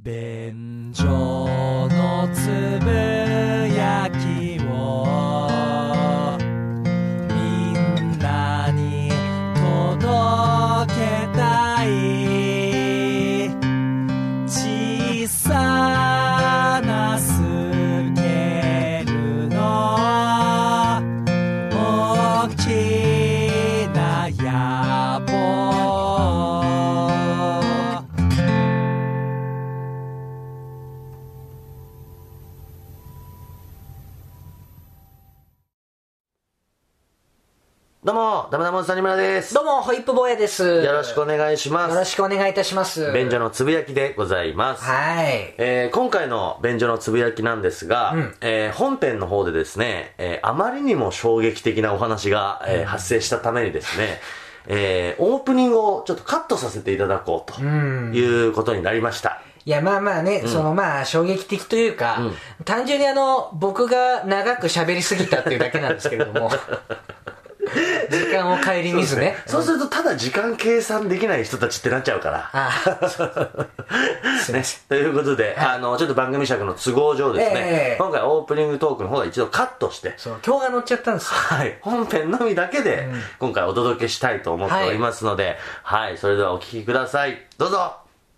便所のつぶやきをみんなに届けたい小さなスケールの大きな野望。 どうも、ダメダメおじさんにむらです。 どうもホイップ坊やです。 よろしくお願いします。 よろしくお願いいたします。 便所のつぶやきでございます。 はい。 今回の便所のつぶやきなんですが、本編の方でですね、あまりにも衝撃的なお話が、発生したためにですね、オープニングをちょっとカットさせていただこうということになりました。 いや、まあまあね、衝撃的というか、単純に僕が長く喋りすぎたっていうだけなんですけれども。時間を顧みずね。 そうするとただ時間計算できない人たちってなっちゃうから。すいません。ということで、ちょっと番組尺の都合上ですね、今回オープニングトークの方は一度カットして、 そう、今日が乗っちゃったんですよ。 はい。本編のみだけで、今回お届けしたいと思っておりますので、はい、それではお聞きください。どうぞ。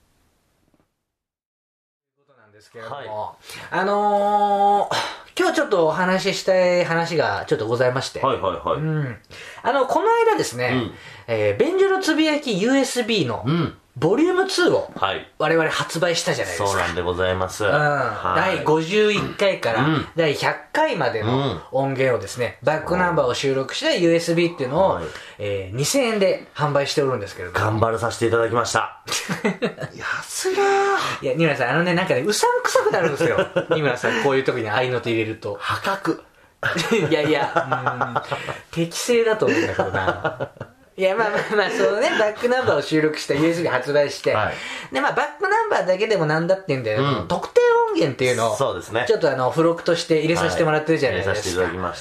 ということなんですけれども、今日ちょっとお話ししたい話がちょっとございまして。 はいはいはい。 この間ですね、便所のつぶやき USB の、ボリューム2を我々発売したじゃないですか。 そうなんでございます。 第51回から第100回までの音源をですね、バックナンバーを収録した USB っていうのを、2000円で販売しておるんですけれども。 頑張らさせていただきました。安いなぁ。 いや、二村さん、なんかね、うさんくさくなるんですよ。二村さん、こういう時に合いの手入れると。 破格。 いやいや、適正だと思うんだけどな。いや、まあ、そのね、バックナンバーを収録した USB 発売して、で、バックナンバーだけでもなんだってんだよ、特定音源っていうのを、 そうですね。 ちょっと付録として入れさせてもらってるじゃないですか。 入れさせていただきました。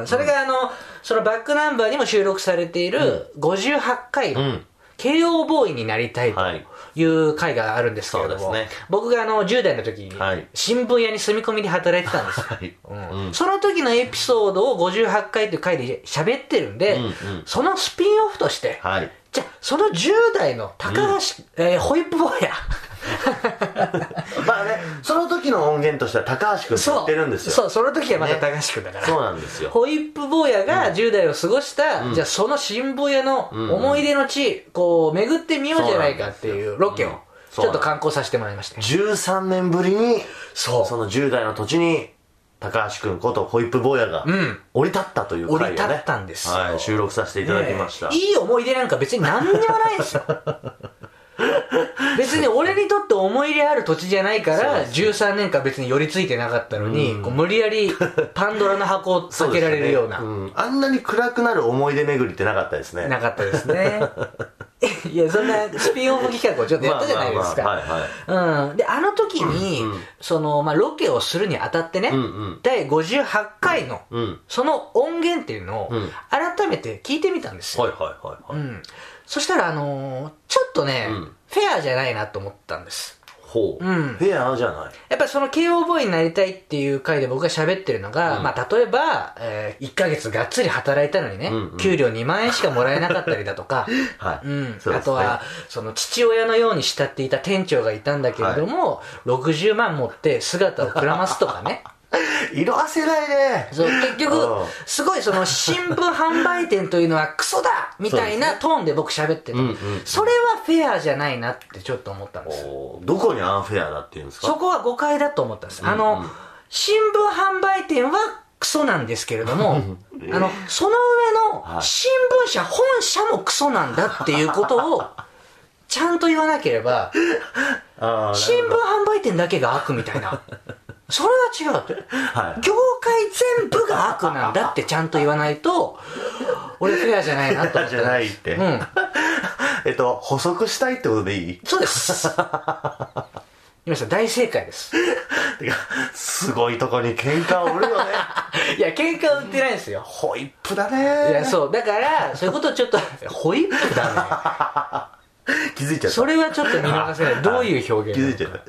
それがそのバックナンバーにも収録されている58回の、慶応ボーイになりたいという回があるんですけれども、僕が10代の時に新聞屋に住み込みで働いてたんですよ。その時のエピソードを58回という回で喋ってるんで、そのスピンオフとして、じゃあその10代の高橋、ホイップ坊やまあね、その時の音源としては高橋君って言ってるんですよ。 そう、その時はまた高橋君だから、 そうなんですよ。 ホイップ坊やが10代を過ごした、じゃあその新坊やの思い出の地、こう巡ってみようじゃないかっていうロケをちょっと観光させてもらいました。 13年ぶりにその10代の土地に高橋君ことホイップ坊やが降り立ったという回をね、 降り立ったんですよ。 収録させていただきました。 いい思い出なんか別に何にもないんですよ。別に俺にとって思い入れある土地じゃないから13年間別に寄りついてなかったのに、こう無理やりパンドラの箱を開けられるような、 あんなに暗くなる思い出巡りってなかったですね。 なかったですね。いや、そんなスピンオフ企画をちょっとやったじゃないですか。で、あの時に、ロケをするにあたってね、第58回のその音源っていうのを改めて聞いてみたんですよ。そしたらちょっとね、フェアじゃないなと思ったんです。 フェアじゃない。 やっぱりその慶応ボーイになりたいっていう回で僕が喋ってるのが、例えば、1ヶ月がっつり働いたのにね、給料2万円しかもらえなかったりだとか、あとは、その父親のように慕っていた店長がいたんだけれども、60万持って姿をくらますとかね。 色あせないね。 そう、結局、すごいその新聞販売店というのはクソだみたいなトーンで僕喋ってた。それはフェアじゃないなってちょっと思ったんです。 どこにアンフェアだっていうんですか？ そこは誤解だと思ったんです。新聞販売店はクソなんですけれども、その上の新聞社本社もクソなんだっていうことをちゃんと言わなければ、新聞販売店だけが悪みたいな。それは違うと、業界全部が悪なんだってちゃんと言わないと俺フェアじゃないなと思って。 じゃないって、補足したいってことでいい？ そうです。皆さん大正解です。 てかすごいとこに喧嘩を売るよね。 いや、喧嘩売ってないんですよ。 ホイップだね。 いや、そうだからそういうことをちょっとホイップだね。 気づいちゃった。 それはちょっと見逃せない。どういう表現？ 気づいちゃった。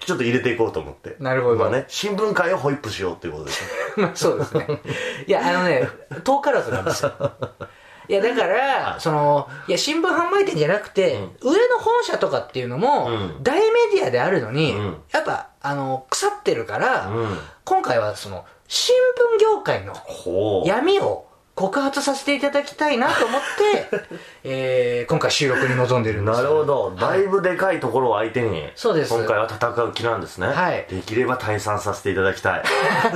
ちょっと入れていこうと思って。 なるほど。 まあね、新聞界をホイップしようっていうことですね。 まあそうですね。いや、遠からずなんですよ。いや、だから、いや、新聞販売店じゃなくて、上の本社とかっていうのも、大メディアであるのに、やっぱ、腐ってるから、今回は新聞業界の闇を告発させていただきたいなと思って、今回収録に臨んでるんです。 なるほど。だいぶでかいところを相手に、 そうです。 今回は戦う気なんですね。 はい。 できれば退散させていただきたい。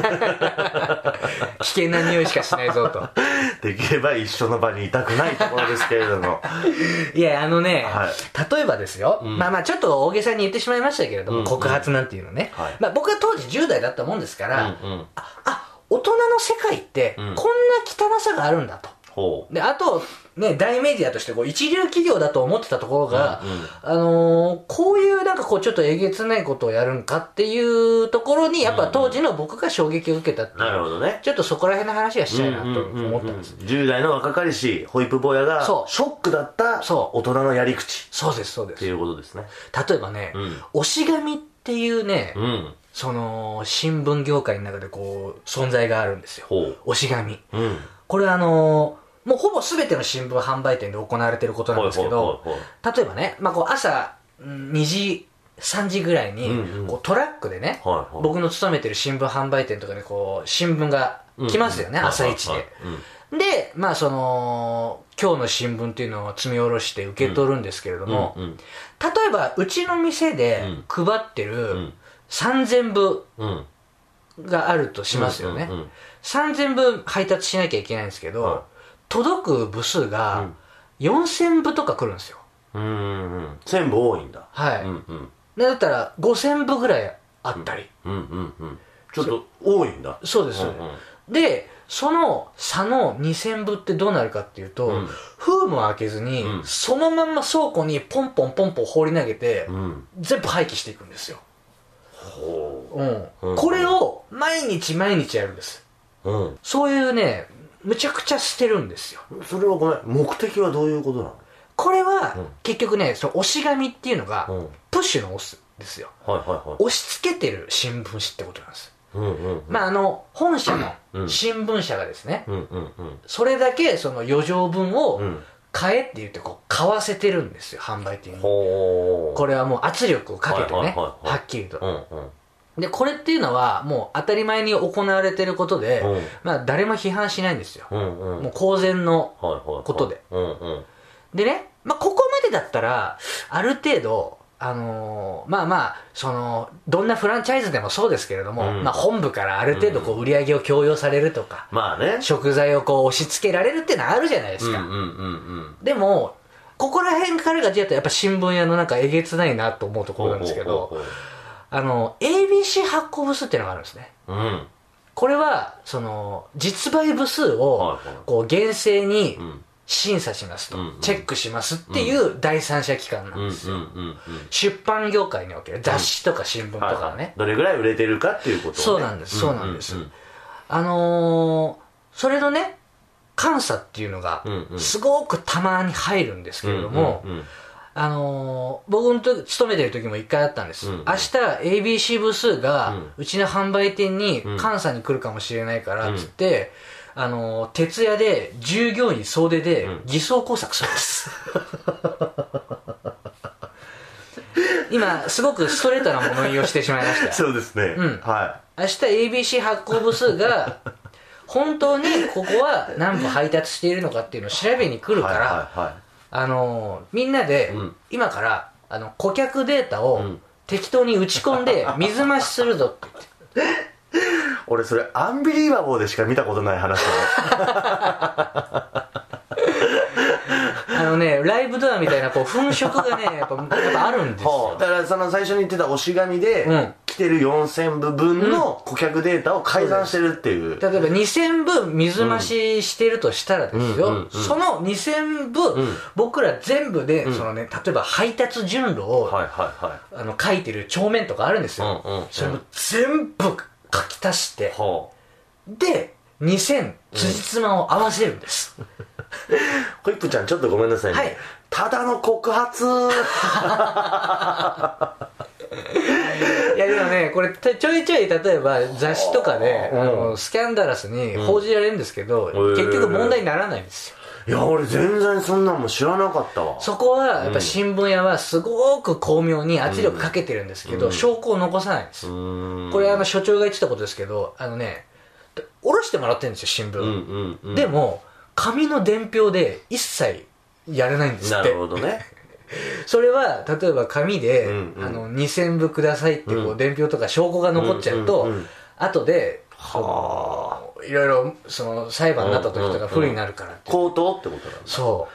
危険な匂いしかしないぞと。 できれば一緒の場にいたくないところですけれども。 いや、例えばですよ。まあちょっと大げさに言ってしまいましたけれども、告発なんていうのね。まあ僕は当時10代だったもんですから、大人の世界ってこんな汚さがあるんだと。で、あと、ね、大メディアとして一流企業だと思ってたところが、こういうちょっとえげつないことをやるんかっていうところに、やっぱ当時の僕が衝撃を受けたっていう。 なるほどね。 ちょっとそこら辺の話はしたいなと思ったんです。 10代の若かりし、ホイップ坊やが、ショックだった大人のやり口。 そうです、そうです。 っていうことですね。 例えばね、推し紙っていうね、新聞業界の中で存在があるんですよ。推し紙。これもうほぼ全ての新聞販売店で行われていることなんですけど、例えばね、朝2時、3時ぐらいに、トラックでね、僕の勤めてる新聞販売店とかで新聞が来ますよね、朝一で。で、今日の新聞っていうのを積み下ろして受け取るんですけれども、例えばうちの店で配ってる3000部があるとしますよね。3000部配達しなきゃいけないんですけど、届く部数が4000部とか来るんですよ。 1000部多いんだ。 はい。だったら5000部ぐらいあったり。 ちょっと多いんだ。 そうです。で、その差の2000部ってどうなるかっていうと、封も開けずに、そのまんま倉庫にポンポンポンポン放り投げて、全部廃棄していくんですよ。これを毎日毎日やるんです。そういうね、むちゃくちゃ捨てるんですよ。 それはごめん、目的はどういうことなの？ これは、結局ね、推し紙っていうのが、プッシュの押すですよ。押し付けてる新聞紙ってことなんです。本社の新聞社がですね、それだけ余剰分を買えって言って買わせてるんですよ、販売店に。これはもう圧力をかけてね、はっきりと。で、これっていうのはもう当たり前に行われてることで、誰も批判しないんですよ。もう公然のことで。でね、ここまでだったら、ある程度、どんなフランチャイズでもそうですけれども、本部からある程度売り上げを強要されるとか、食材を押し付けられるっていうのはあるじゃないですか。でも、ここら辺からがやっぱ新聞屋のえげつないなと思うところなんですけど、ABC 発行部数っていうのがあるんですね。これは、実売部数を、厳正に審査しますと、チェックしますっていう第三者機関なんですよ。出版業界における雑誌とか新聞とかね。 どれぐらい売れてるかっていうことをね。 そうなんです、そうなんです。それのね、監査っていうのが、すごくたまに入るんですけれども、僕の勤めてる時も一回あったんです。明日 ABC 部数がうちの販売店に監査に来るかもしれないからっつって、徹夜で従業員総出で偽装工作するんです。今すごくストレートな物言いをしてしまいました。 そうですね。 はい。明日 ABC 発行部数が本当にここは何部配達しているのかっていうのを調べに来るから、みんなで今から顧客データを適当に打ち込んで水増しするぞって言って。 俺それアンビリーバボーでしか見たことない話だね。ライブドアみたいな粉飾がねやっぱあるんですよ。 だから最初に言ってた押し紙で来てる4000部分の顧客データを改ざんしてるっていう、 例えば2000部水増ししてるとしたらですよ、その2000部、僕ら全部で、例えば配達順路を、書いてる帳面とかあるんですよ。それも全部書き足して、で2000辻褄を合わせるんですホイップちゃんちょっとごめんなさいね、ただの告発いやね、これちょいちょい例えば雑誌とかでスキャンダラスに報じられるんですけど、結局問題にならないんですよ。 いや俺全然そんなんも知らなかったわ。 そこはやっぱ新聞屋はすごく巧妙に圧力かけてるんですけど、証拠を残さないんです。これ所長が言ってたことですけど、下ろしてもらってるんですよ新聞、でも紙の伝票で一切やれないんですって。 なるほどね。 それは例えば紙で、2000部くださいってこう伝票とか証拠が残っちゃうと、後でいろいろその裁判になった時とか不利になるからって、 口頭ってことなんだ。 そう。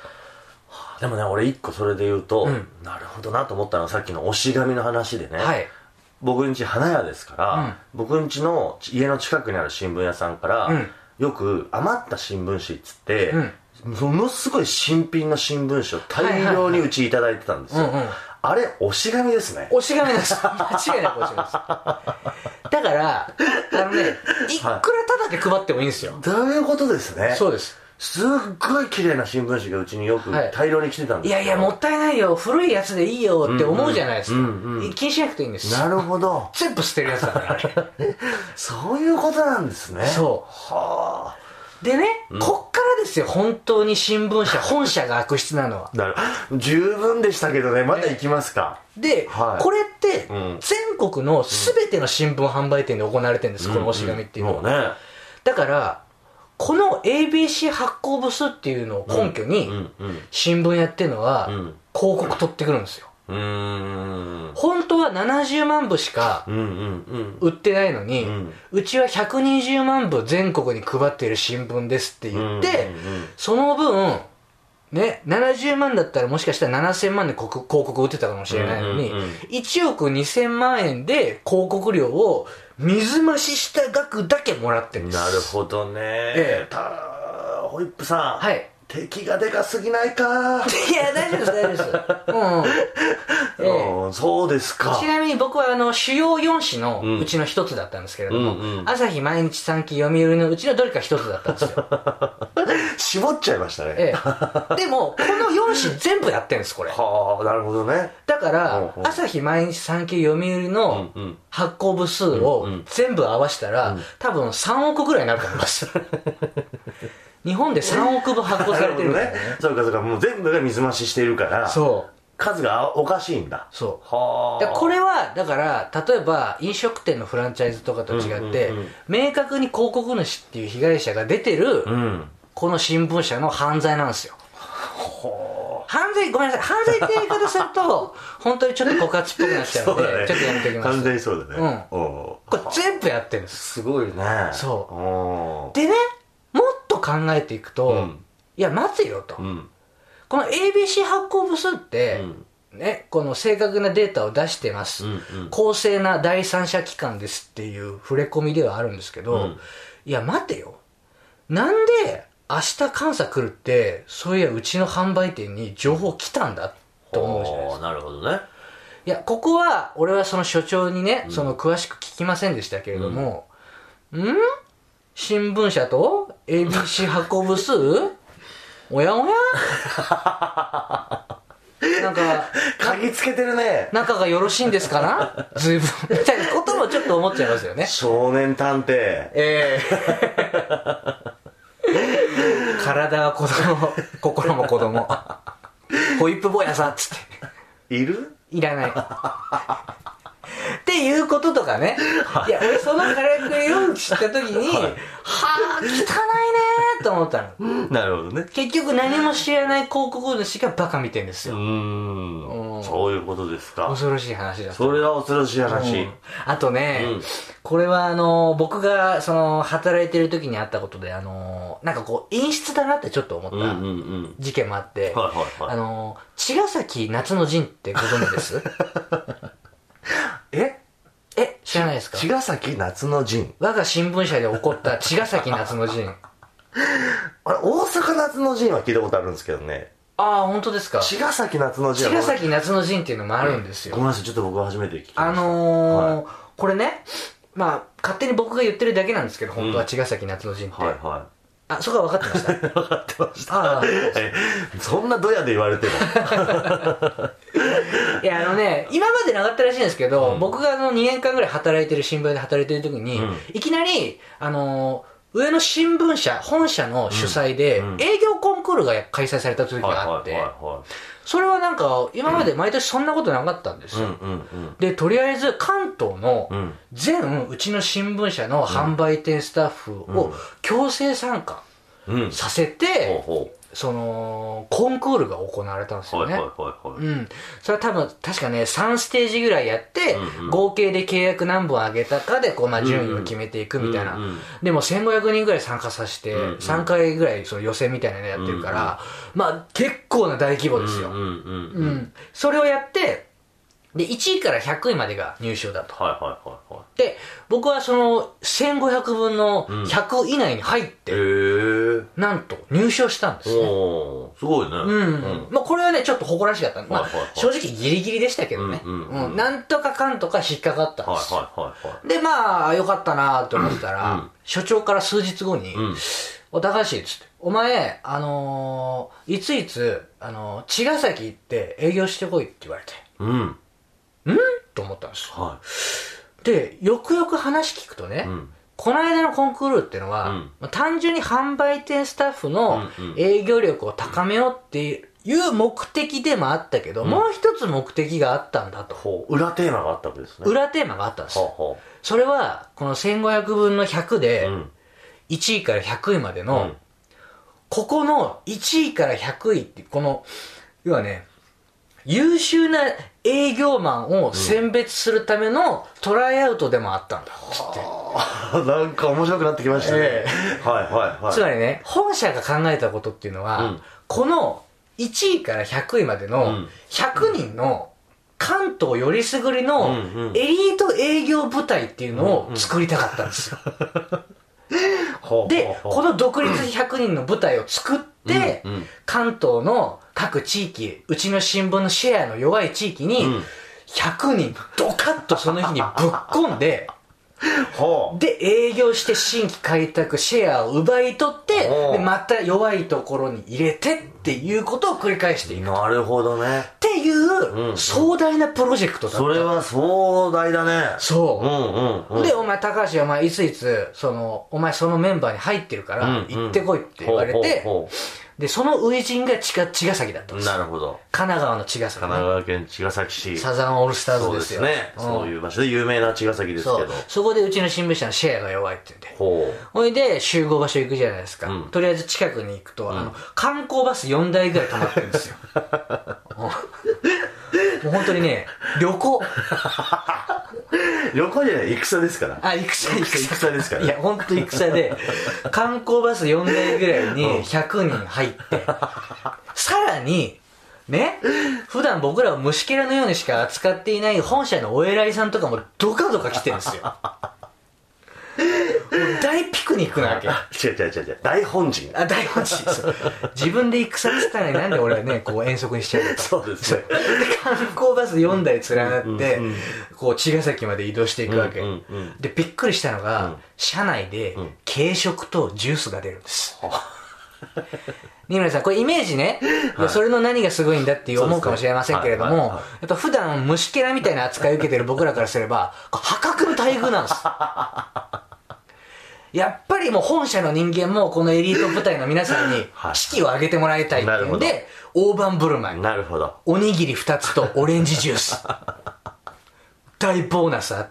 でもね俺一個それで言うと、なるほどなと思ったのはさっきの押し紙の話でね、はい、僕ん家花屋ですから、僕ん家の家の近くにある新聞屋さんから、よく余った新聞紙っつって、ものすごい新品の新聞紙を大量にうちいただいてたんですよ。あれ押し紙ですね。 押し紙です。間違いなく押し紙です。だからいくらタダで配ってもいいんですよ。 どういうことですね。 そうです。 すっごい綺麗な新聞紙がうちによく大量に来てたんですよ。 いやいやもったいないよ、古いやつでいいよって思うじゃないですか。気にしなくていいんです。 なるほど。 全部捨てるやつだからそういうことなんですね。 そう。はあ。でね、こっからですよ本当に新聞社本社が悪質なのは。 十分でしたけどね、まだ行きますか。 で、これって全国の全ての新聞販売店で行われてるんです、この押し紙っていうのは。だからこの ABC 発行部数っていうのを根拠に新聞やってるのは広告取ってくるんですよ。本当は70万部しか売ってないのに、うちは120万部全国に配っている新聞ですって言って、その分ね、70万だったらもしかしたら7000万で広告売ってたかもしれないのに、1億2000万円で広告料を水増しした額だけもらってるんです。 なるほどね。ホイップさん、はい、敵がでかすぎないか。 いや大丈夫です大丈夫です。 そうですか。 ちなみに僕は主要4紙のうちの一つだったんですけれども、朝日毎日産経読売のうちのどれか一つだったんですよ。 絞っちゃいましたね。 でもこの4紙全部やってるんですこれ。 はあ、なるほどね。 だから朝日毎日産経読売の発行部数を全部合わせたら多分3億ぐらいになると思います。日本で3億部発行されてるんだよね。 そうかそうか、もう全部が水増ししているから、そう数がおかしいんだ。 そうはあ。これはだから例えば飲食店のフランチャイズとかと違って、明確に広告主っていう被害者が出てる、この新聞社の犯罪なんですよ。犯罪、ごめんなさい、犯罪って言い方すると本当にちょっと告発っぽくなっちゃうんで、ちょっとやめておきます。 完全にそうだね。 これ全部やってるんです。 すごいね。 そうでね、もっと考えていくと、いや待てよと、この ABC 発行部数って、ね、この正確なデータを出してます、公正な第三者機関ですっていう触れ込みではあるんですけど、いや待てよ、なんで明日監査来るってそういやうちの販売店に情報来たんだと思うじゃないですか。 なるほどね。 いやここは俺はその所長にね、その詳しく聞きませんでしたけれども、新聞社と ABC 発行部数おやおやなんか嗅ぎつけてるね。 仲がよろしいんですかな随分みたいなこともちょっと思っちゃいますよね。 少年探偵。 体は子供心も子供ホイップ坊やさっつっている？ いらないっていうこととかね。いや俺そのからくりを知った時に、はあ汚いねーと思ったの。 なるほどね。 結局何も知らない広告主がバカ見てんですよ。 そういうことですか。 恐ろしい話だ。 それは恐ろしい話。 あとね、これは僕がその働いてる時にあったことでなんかこう陰湿だなってちょっと思った事件もあって、茅ヶ崎夏の陣ってご存知です？知らないですか？ 茅ヶ崎夏の陣。 我が新聞社で起こった茅ヶ崎夏の陣。 あれ大阪夏の陣は聞いたことあるんですけどね。 ああ本当ですか？ 茅ヶ崎夏の陣。 茅ヶ崎夏の陣っていうのもあるんですよ。 ごめんなさい、ちょっと僕は初めて聞きました。 これね、まあ勝手に僕が言ってるだけなんですけど、本当は茅ヶ崎夏の陣って。あ、そこは分かってました。 分かってました。そんなドヤで言われても。 いや今までなかったらしいんですけど、僕が2年間ぐらい働いてる新聞で働いてる時に、いきなり上の新聞社本社の主催で営業コンクールが開催された時があって、それはなんか今まで毎年そんなことなかったんですよ。でとりあえず関東の全うちの新聞社の販売店スタッフを強制参加させて、そのコンクールが行われたんですよね。それは多分確かね3ステージぐらいやって、合計で契約何本上げたかでこう、順位を決めていくみたいな。でも1500人ぐらい参加させて、3回ぐらいその予選みたいなのやってるから、結構な大規模ですよ。それをやってで1位から100位までが入賞だと。で僕はその1500分の100以内に入って、なんと入賞したんですね。 すごいね。 これはねちょっと誇らしかった。正直ギリギリでしたけどね。なんとかかんとか引っかかったんです。でよかったなと思ったら、所長から数日後に高橋っつってお前いついつ茅ヶ崎行って営業してこいって言われて、と思ったんです。でよくよく話聞くとね、この間のコンクールっていうのは、単純に販売店スタッフの営業力を高めようっていう目的でもあったけど、もう一つ目的があったんだと。 裏テーマがあったわけですね。 裏テーマがあったんです。それはこの1500分の100で1位から100位までの、ここの1位から100位ってこの要はね優秀な営業マンを選別するためのトライアウトでもあったんだって。 なんか面白くなってきましたね。 つまりね本社が考えたことっていうのは、この1位から100位までの100人の関東よりすぐりのエリート営業部隊っていうのを作りたかったんですよ。でこの独立100人の部隊を作って、関東の各地域うちの新聞のシェアの弱い地域に100人ドカッとその日にぶっ込んでで営業して新規開拓シェアを奪い取ってでまた弱いところに入れてっていうことを繰り返していく。 なるほどね。 っていう壮大なプロジェクトだった。 それは壮大だね。 そうでお前高橋お前いついつお前そのメンバーに入ってるから行ってこいって言われて、でその初陣が茅ヶ崎だったんです。 なるほど。 神奈川の茅ヶ崎、 神奈川県茅ヶ崎市サザンオールスターズですよ。 そうですね、そういう場所で有名な茅ヶ崎ですけど、 そこでうちの新聞社のシェアが弱いって言うんで、ほいで集合場所行くじゃないですか、とりあえず近くに行くと、観光バス4台ぐらい止まってるんですよ。もう本当にね旅行じゃない戦ですから。 戦ですから。 いや本当戦で観光バス4台ぐらいに100人入ってさらにね普段僕らを虫けらのようにしか扱っていない本社のお偉いさんとかもドカドカ来てるんですよ。もう大ピクニックなわけ。 違う大本陣。 大本陣。自分で戦ってたのになんで俺はねこう遠足にしちゃうのか。 そうですね。で観光バス4台連なってこう茅ヶ崎まで移動していくわけで、びっくりしたのが車内で軽食とジュースが出るんです。新村さんこれイメージね、それの何がすごいんだって思うかもしれませんけれども、やっぱ普段虫けらみたいな扱いを受けてる僕らからすれば破格の待遇なんです。やっぱりもう本社の人間もこのエリート部隊の皆さんに士気を上げてもらいたいっていうんで大盤振る舞い、おにぎり2つとオレンジジュース大ボーナスあって、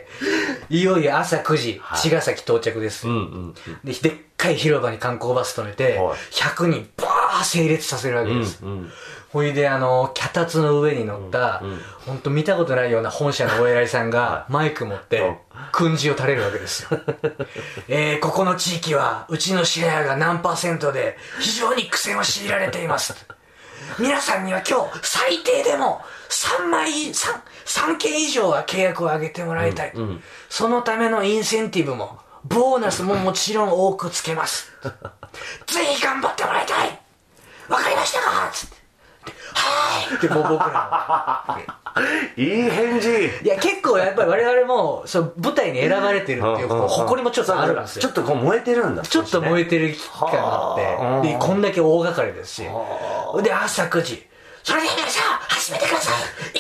いよいよ朝9時茅ヶ崎到着です。でっかい広場に観光バス止めて100人バー整列させるわけです。ほいで脚立の上に乗った本当見たことないような本社のお偉いさんがマイク持って訓示を垂れるわけですよ。ここの地域はうちのシェアが何%で非常に苦戦を強いられています。皆さんには今日最低でも3件以上は契約を上げてもらいたい、そのためのインセンティブもボーナスももちろん多くつけます。ぜひ頑張ってもらいたい。わかりましたかつってはいってもう僕らいい返事。 いや結構やっぱり我々もそう舞台に選ばれてるっていう誇りもちょっとあるんですよ。 ちょっとこう燃えてるんだ。 ちょっと燃えてる期間があって、でこんだけ大掛かりですし、で朝9時それでは皆さん始閉めてくださ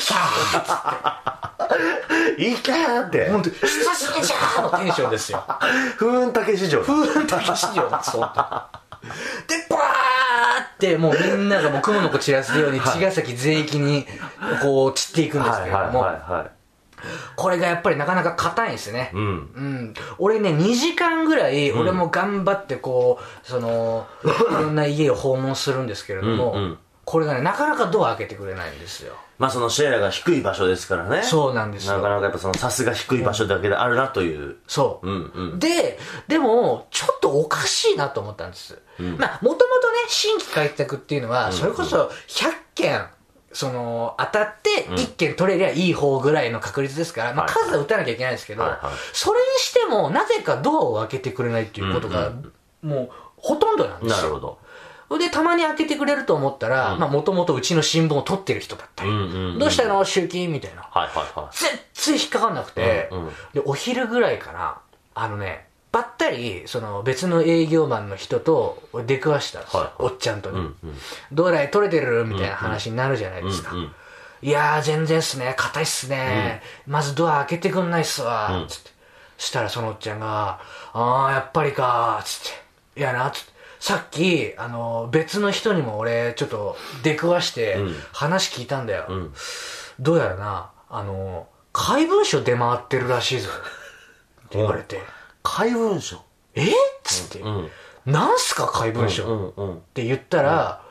い、いけーいけーって本当に久しぶりじゃーのテンションですよ。 風雲竹市場。 風雲竹市場です本当でバーってもうみんながもう雲の子散らすように茅ヶ崎全域にこう散っていくんですけれども、これがやっぱりなかなか硬いんですね。俺ね2時間ぐらい俺も頑張ってこうそのいろんな家を訪問するんですけれども、これがねなかなかドア開けてくれないんですよ。 まあそのシェアが低い場所ですからね。 そうなんですよ。 なかなかやっぱそのさすが低い場所だけであるなという。 そう、でもちょっとおかしいなと思ったんです。まあもともとね新規開拓っていうのはそれこそ100件その当たって1件取れりゃいい方ぐらいの確率ですから、まあ、数は打たなきゃいけないんですけど、それにしてもなぜかドアを開けてくれないっていうことがもうほとんどなんですよ。 なるほど。 でたまに開けてくれると思ったらもともとうちの新聞を取ってる人だったり、どうしたの集金みたいな、全然引っかかんなくて、でお昼ぐらいかなばったりその別の営業マンの人と出くわしたんですよ、おっちゃんとね、どうだい取れてるみたいな話になるじゃないですか、いやー全然っすね硬いっすね、まずドア開けてくんないっすわつって、したらそのおっちゃんがあーやっぱりかーつっていやなつってさっき別の人にも俺ちょっと出くわして話聞いたんだよ、どうやらな怪文書出回ってるらしいぞって言われて、 怪文書っつって、なんすか怪文書、って言ったら、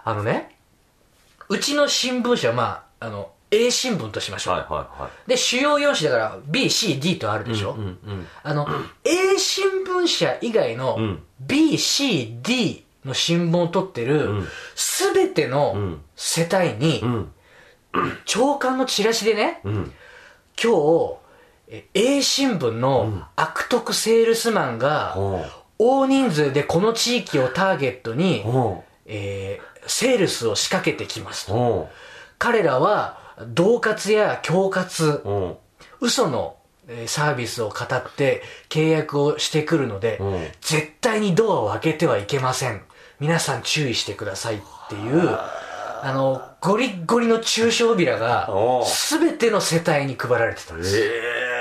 うちの新聞社まあA 新聞としましょう、で主要4紙だから BCD とあるでしょ、A 新聞社以外の BCD の新聞を取ってる全ての世帯に朝刊のチラシでね、今日A 新聞の悪徳セールスマンが大人数でこの地域をターゲットにセールスを仕掛けてきますと、彼らは恫喝や恐喝、嘘のサービスを語って契約をしてくるので、絶対にドアを開けてはいけません、皆さん注意してくださいっていうゴリッゴリの中傷ビラが全ての世帯に配られてたんです。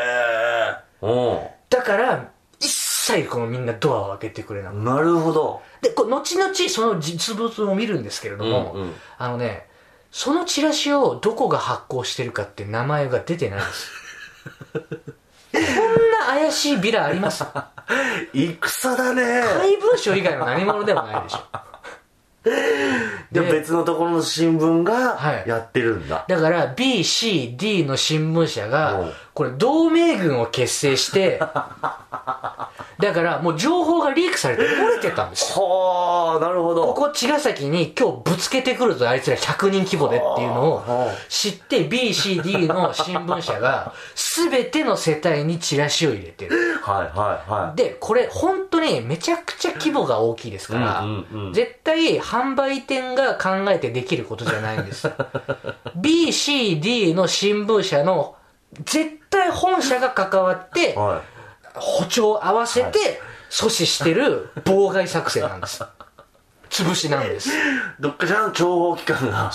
だから一切このみんなドアを開けてくれなかった。 なるほど。 で後々その実物を見るんですけれども、そのチラシをどこが発行してるかって名前が出てないんですこんな怪しいビラあります戦だね。 怪文書以外の何者でもないでしょで別のところの新聞がやってるんだ、 だから BCD の新聞社がこれ同盟軍を結成してだからもう情報がリークされて漏れてたんですよ。 はあ、なるほど。 ここ茅ヶ崎に今日ぶつけてくるぞあいつら100人規模でっていうのを知って BCD の新聞社が全ての世帯にチラシを入れてる。でこれ本当にめちゃくちゃ規模が大きいですから、絶対販売店が考えてできることじゃないんですBCD の新聞社の絶対本社が関わって、歩調を合わせて阻止してる妨害作戦なんです潰しなんです。 どっかしらの諜報機関が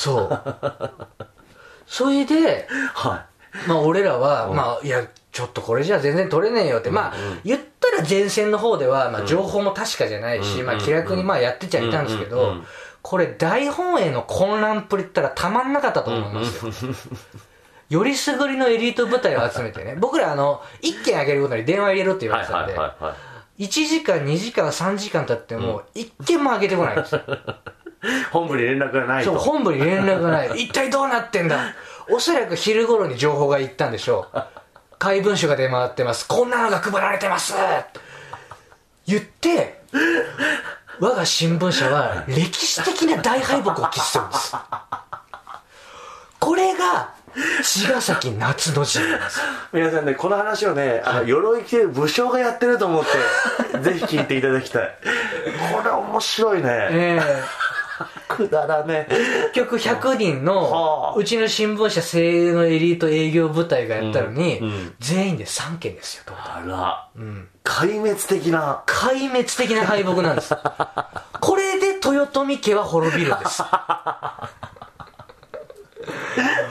それで、まあ俺らは、まあいやちょっとこれじゃ全然取れねえよって、まあ言ったら前線の方では、まあ、情報も確かじゃないし、まあ気楽にまあやってちゃいたんですけど、これ大本営の混乱っぷりったらたまんなかったと思いますよよりすぐりのエリート部隊を集めてね、僕ら1件あげることに電話入れろって言われてたんで、1時間2時間3時間経っても1件もあげてこないんですよ本部に連絡がないと。 そう、本部に連絡がない一体どうなってんだ。おそらく昼頃に情報が行ったんでしょう怪文書が出回ってます、こんなのが配られてます言って我が新聞社は歴史的な大敗北を喫するんですこれが茅ヶ崎夏の陣なんです。 皆さんねこの話をね鎧着てる武将がやってると思ってぜひ聞いていただきたいこれ面白いね。くだらね。 結局100人のうちの新聞社精鋭のエリート営業部隊がやったのに、全員で3件ですよ。 あら、壊滅的な敗北なんですこれで豊臣家は滅びるんです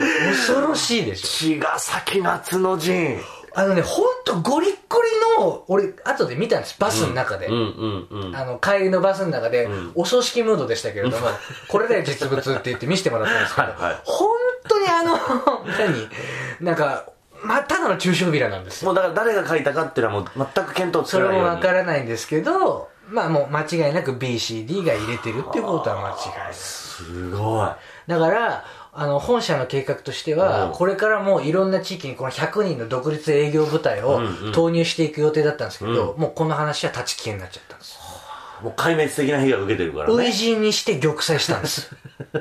恐ろしいでし茅ヶ崎夏の陣。 ょ。ほんとゴリッゴリの、俺、後で見たんです、バスの中で。帰りのバスの中で、お葬式ムードでしたけれども、これで実物って言って見せてもらったんですけど、本当になんか、ただの抽象ビラなんですよ。 もうだから誰が書いたかっていうのはもう全く見当つかないように。 それもわからないんですけど、まあもう間違いなく BCD が入れてるっていうことは間違いない。 すごい。 だから、本社の計画としては、これからもういろんな地域にこの100人の独立営業部隊を投入していく予定だったんですけど、もうこの話は立ち消えになっちゃったんです。 もう壊滅的な被害を受けてるからね。 初陣にして玉砕したんです。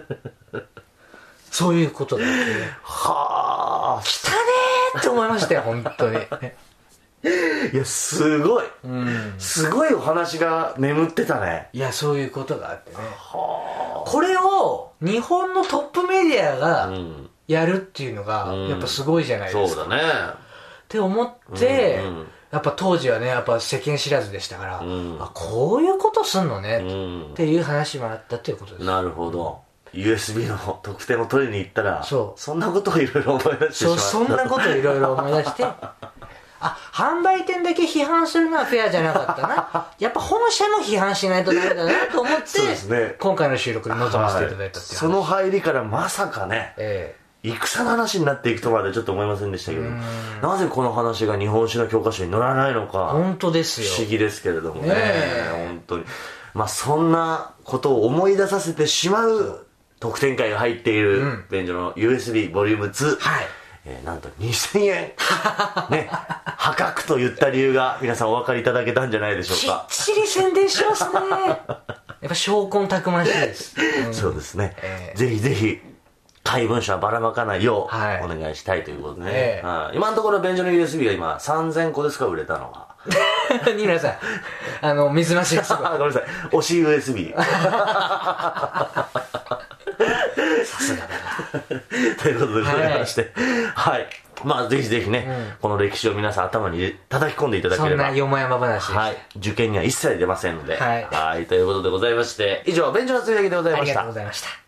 そういうことだよね。 はあ。 来たねーって思いましたよ、本当に。 いや、すごい。すごいお話が眠ってたね。 いや、そういうことがあってね。これを日本のトップメディアがやるっていうのがやっぱすごいじゃないですか。 そうだね。 って思って、やっぱ当時はね、やっぱ世間知らずでしたから、あ、こういうことすんのねっていう話もあったということです。 なるほど。USB の特典を取りに行ったら、 そんなことをいろいろ思い出してしまった。 そんなことをいろいろ思い出して、販売店だけ批判するのはフェアじゃなかったな。やっぱ本社も批判しないとダメだなと思って、ね、今回の収録に臨ませていただいたっていう、 その入りからまさかね、戦の話になっていくとまでちょっと思いませんでしたけど、なぜこの話が日本史の教科書に載らないのか、 本当ですよ。 不思議ですけれどもね、本当に。まあそんなことを思い出させてしまう特典会が入っている便所の USB ボリューム2。 はい。 なんと2000円ね、破格と言った理由が皆さんお分かりいただけたんじゃないでしょうか。 きっちり宣伝しますね。やっぱ証拠たくましいです、 そうですね、ぜひぜひ怪文書はばらまかないようお願いしたいということでね、今のところ便所の USB が今3000個ですか、売れたのは。 新村さん、水増しです。 ごめんなさい、推し USB さすがだな。 ということでございまして、はい。まあ、ぜひぜひね、この歴史を皆さん頭に叩き込んでいただければ。 そんなよもやま話です。 はい。受験には一切出ませんので。 はい。 はい。ということでございまして、以上、便所のつぶやきでございました。 ありがとうございました。